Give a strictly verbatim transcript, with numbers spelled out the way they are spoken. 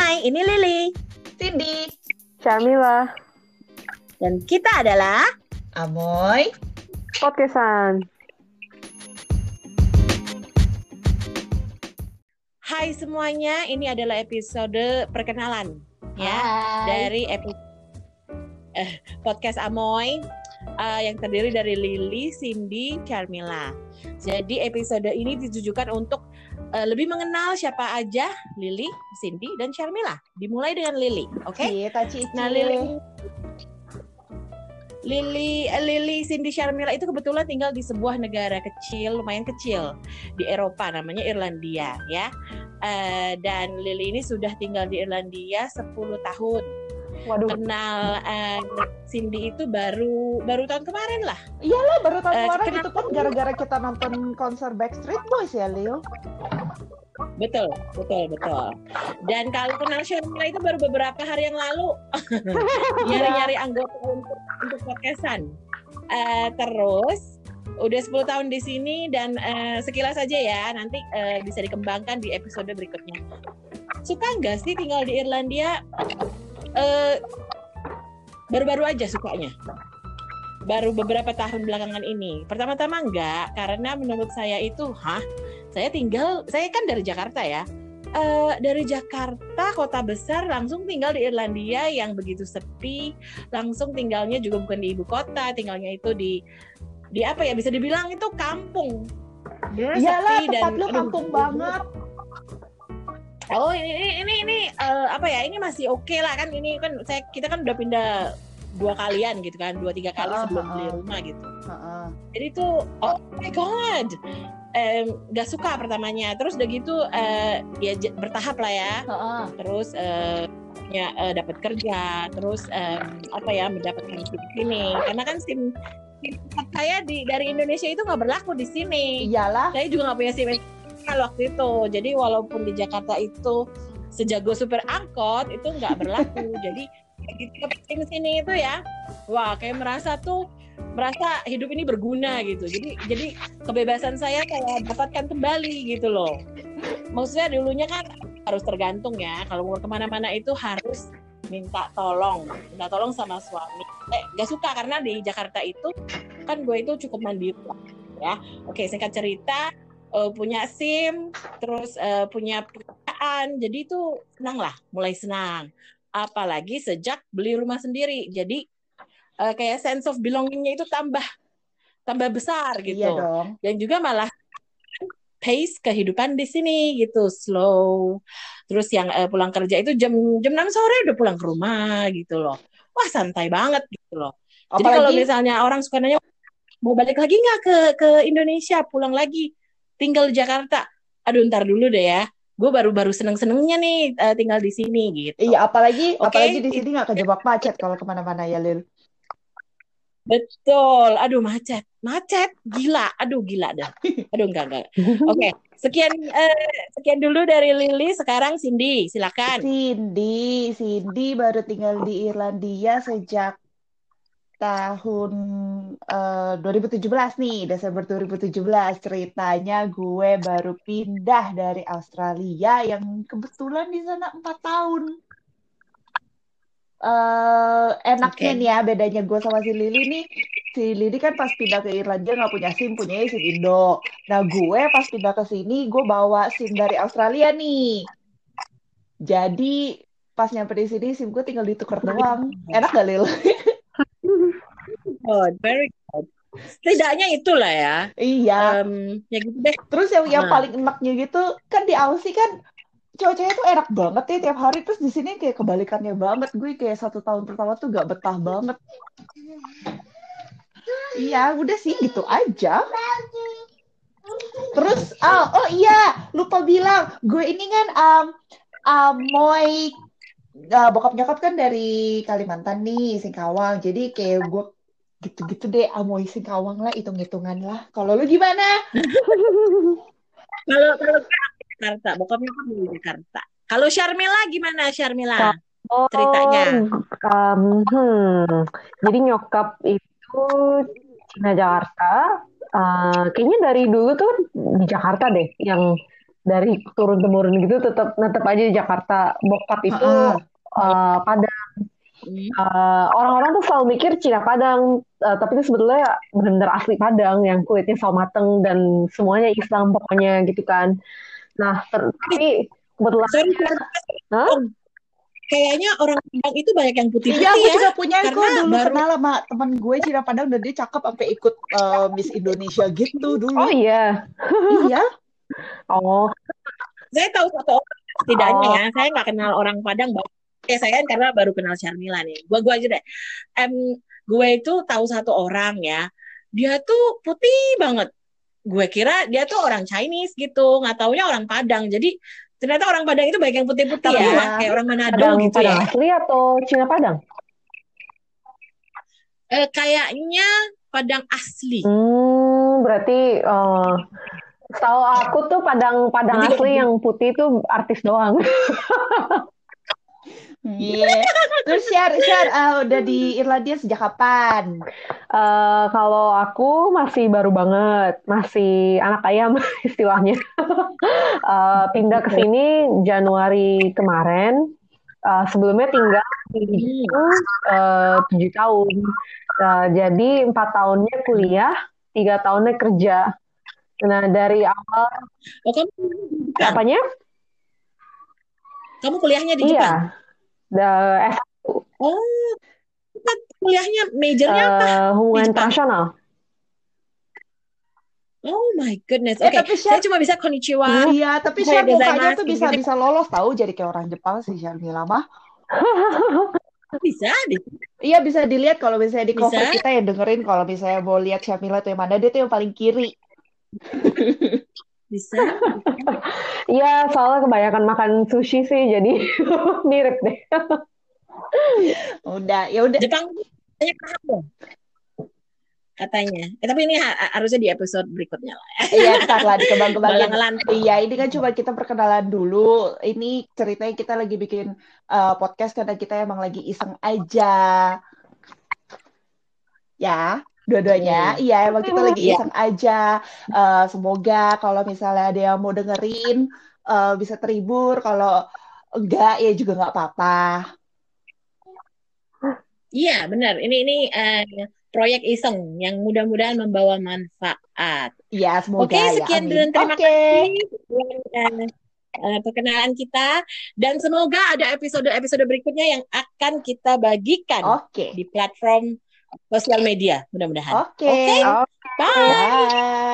Hai, ini Lily Cindy, Syamila, dan kita adalah Amoy, Podcastan. Hai semuanya, ini adalah episode perkenalan ya Hai. dari episode eh, podcast Amoy uh, yang terdiri dari Lily, Cindy, Syamila. Jadi episode ini ditujukan untuk uh, lebih mengenal siapa aja Lily, Cindy, dan Syamila. Dimulai dengan Lily, oke? Okay? Cita Cici. Nah Lily, Lily, Lily, Cindy, Syamila itu kebetulan tinggal di sebuah negara kecil, lumayan kecil di Eropa, namanya Irlandia, ya. Uh, dan Lily ini sudah tinggal di Irlandia sepuluh tahun. Waduh. Kenal uh, Cindy itu baru baru tahun kemarin lah. Iyalah, baru tahun Uh, kemarin kenal- itu kan gara-gara kita nonton konser Backstreet Boys ya, Lil. Betul, betul, betul. Dan kalau kenal Syamila itu baru beberapa hari yang lalu. Nyari-nyari anggota untuk untuk podcastan. Uh, terus udah sepuluh tahun di sini dan uh, sekilas aja ya, nanti uh, bisa dikembangkan di episode berikutnya. Suka nggak sih tinggal di Irlandia? Uh, baru-baru aja sukanya. Baru beberapa tahun belakangan ini. Pertama-tama enggak, karena menurut saya itu, hah? Saya tinggal, saya kan dari Jakarta ya. Uh, dari Jakarta, kota besar, langsung tinggal di Irlandia yang begitu sepi. Langsung tinggalnya juga bukan di ibu kota, tinggalnya itu di di apa ya? Bisa dibilang itu kampung. Bener Iyalah, sepi tempat dan lu aduh, kampung banget. Oh ini ini ini, ini uh, apa ya? Ini masih oke okay lah kan? Ini kan saya kita kan udah pindah dua kalian gitu kan, dua tiga kali Uh-uh, sebelum uh-uh. beli rumah gitu. Heeh. Jadi tuh oh my god, um, gak suka pertamanya. Terus udah gitu uh, ya j- bertahap lah ya. Heeh. Terus uh, ya uh, dapat kerja, terus um, apa ya mendapatkan SIM sini. Karena kan SIM SIM saya di dari Indonesia itu nggak berlaku di sini. Iyalah. Saya juga nggak punya SIM waktu itu. Jadi walaupun di Jakarta itu sejago supir angkot itu nggak berlaku. Jadi ketika SIM sini itu ya, wah kayak merasa tuh merasa hidup ini berguna gitu. Jadi jadi kebebasan saya saya dapatkan kembali gitu loh. Maksudnya dulunya kan harus tergantung ya. Kalau mau kemana-mana itu harus minta tolong, minta tolong sama suami. Eh, gak suka karena di Jakarta itu kan gue itu cukup mandiri ya. Oke, singkat cerita. Uh, punya SIM, terus uh, punya pekerjaan, jadi itu senang lah, mulai senang. Apalagi sejak beli rumah sendiri, jadi uh, kayak sense of belongingnya itu tambah tambah besar gitu. Iya dong. Dan juga malah pace kehidupan di sini gitu, slow. Terus yang uh, pulang kerja itu jam jam enam sore udah pulang ke rumah gitu loh. Wah santai banget gitu loh. Jadi Apalagi kalau misalnya orang suka nanya mau balik lagi nggak ke ke Indonesia, pulang lagi tinggal di Jakarta, aduh ntar dulu deh ya, gue baru-baru seneng-senengnya nih uh, tinggal di sini gitu. iya, apalagi Oke? apalagi di sini nggak kejebak macet kalau kemana-mana ya, Lil. Betul, aduh macet, macet, gila, aduh gila dah, aduh enggak enggak. Oke, sekian uh, sekian dulu dari Lily, sekarang Cindy, silakan. Cindy, Cindy baru tinggal di Irlandia sejak tahun eh, dua ribu tujuh belas nih, Desember dua ribu tujuh belas. Ceritanya gue baru pindah dari Australia yang kebetulan di sana empat tahun. Eh, enaknya Oke. nih ya, bedanya gue sama si Lily nih, si Lily kan pas pindah ke Irlandia nggak punya SIM, punya SIM Indo. Nah gue pas pindah ke sini, gue bawa SIM dari Australia nih. Jadi pas nyampe di sini, SIM gue tinggal ditukar doang. Enak gak, Lil? Oh, very good. Setidaknya itulah ya. Iya. Um, ya gitu deh. Terus yang yang Nah. paling enaknya gitu kan di Aussie kan cowok-cowoknya tuh enak banget ya tiap hari. Terus di sini kayak kebalikannya banget. Gue kayak satu tahun pertama tuh gak betah banget. Iya, udah sih gitu aja. Terus oh, oh iya, lupa bilang, gue ini kan um, Amoy uh, bokap nyokap kan dari Kalimantan nih, Singkawang. Jadi kayak gue gitu-gitu deh, Amoy Singkawang lah, hitung-hitungan lah. Kalau lu gimana? Kalau kalau Jakarta, bokapnya kan di Jakarta. Kalau Syarmila gimana Syarmila? Oh, Ceritanya. um, hmm. Jadi nyokap itu Cina Jakarta. Uh, kayaknya dari dulu tuh di Jakarta deh yang dari turun temurun gitu tetap tetap aja di Jakarta. Bokap itu Heeh. uh, Padang. Hmm. Uh, orang-orang tuh selalu mikir Cina Padang, uh, tapi itu sebetulnya benar asli Padang yang kulitnya sawo mateng dan semuanya Islam pokoknya gitu kan. Nah, ter- tapi kebetulan, Sorry, sorry. Hah? Oh, kayaknya orang Padang itu banyak yang Iya, putih-putih aku ya. juga punya kok Karena dulu baru kenal sama teman gue Cina Padang dan dia cakep sampai ikut eh, Miss Indonesia gitu oh dulu. iya, Iya. oh, saya tahu satu orang setidaknya oh, ya. Saya nggak kenal orang Padang. Ya saya kan karena baru kenal Syarmila nih. Gua gua aja deh. Em, gue itu tahu satu orang ya. Dia tuh putih banget. Gue kira dia tuh orang Chinese gitu. Nggak taunya orang Padang. Jadi ternyata orang Padang itu banyak yang putih-putih tapi ya. Iya. Kayak orang Manado Padang gitu Padang ya. asli atau Cina Padang? Eh, kayaknya Padang asli. Hmm, berarti uh, setahu aku tuh Padang Padang Nanti asli kalau yang putih itu artis doang. Iya. Terus share share ah, udah di Irlandia sejak kapan? Eh, kalau aku masih baru banget, masih anak ayam istilahnya. Eh, pindah ke sini Januari kemarin. Eh, sebelumnya tinggal di Hmm. Jepang eh, tujuh tahun. Eh, jadi empat tahunnya kuliah, tiga tahunnya kerja. Nah dari awal Oh, kamu kuliahnya di Jepang? apanya? Kamu kuliahnya di Iya, Jepang? da- S Oh, Kan kuliahnya majornya apa eh, di hubungan Jepang? internasional. Oh my goodness. Eh Oke, tapi saya share cuma bisa konnichiwa, Hmm, iya, tapi saya share mukanya gozaimasu tuh bisa gitu-gitu. bisa lolos tahu jadi kayak orang Jepang sih Sharmila mah. Bisa, bisa, Iya bisa dilihat kalau misalnya di cover bisa. kita yang dengerin kalau misalnya mau lihat Sharmila tuh yang mana dia tuh yang paling kiri. bisa. Iya, soalnya kebanyakan makan sushi sih, jadi mirip deh. Udah, ya udah. Jepang tuh banyak paham dong katanya. Eh, tapi ini ha- harusnya di episode berikutnya lah. Iya, ntar lah dikembang-kembangin. Malah ngelantur. Iya, ini kan cuma kita perkenalan dulu. Ini ceritanya kita lagi bikin uh, podcast karena kita emang lagi iseng aja. Ya, dua-duanya. Hmm. Iya, emang kita lagi Iya. iseng aja. Uh, semoga kalau misalnya ada yang mau dengerin uh, bisa terhibur. Kalau enggak, ya juga nggak apa-apa. Iya, benar. Ini ini eh, proyek iseng yang mudah-mudahan membawa manfaat. Iya, semoga Oke, ya. sekian Amin. dan terima Oke. kasih dengan eh, perkenalan kita dan semoga ada episode-episode berikutnya yang akan kita bagikan Oke. di platform sosial media mudah-mudahan. Oke. Oke, bye. Bye.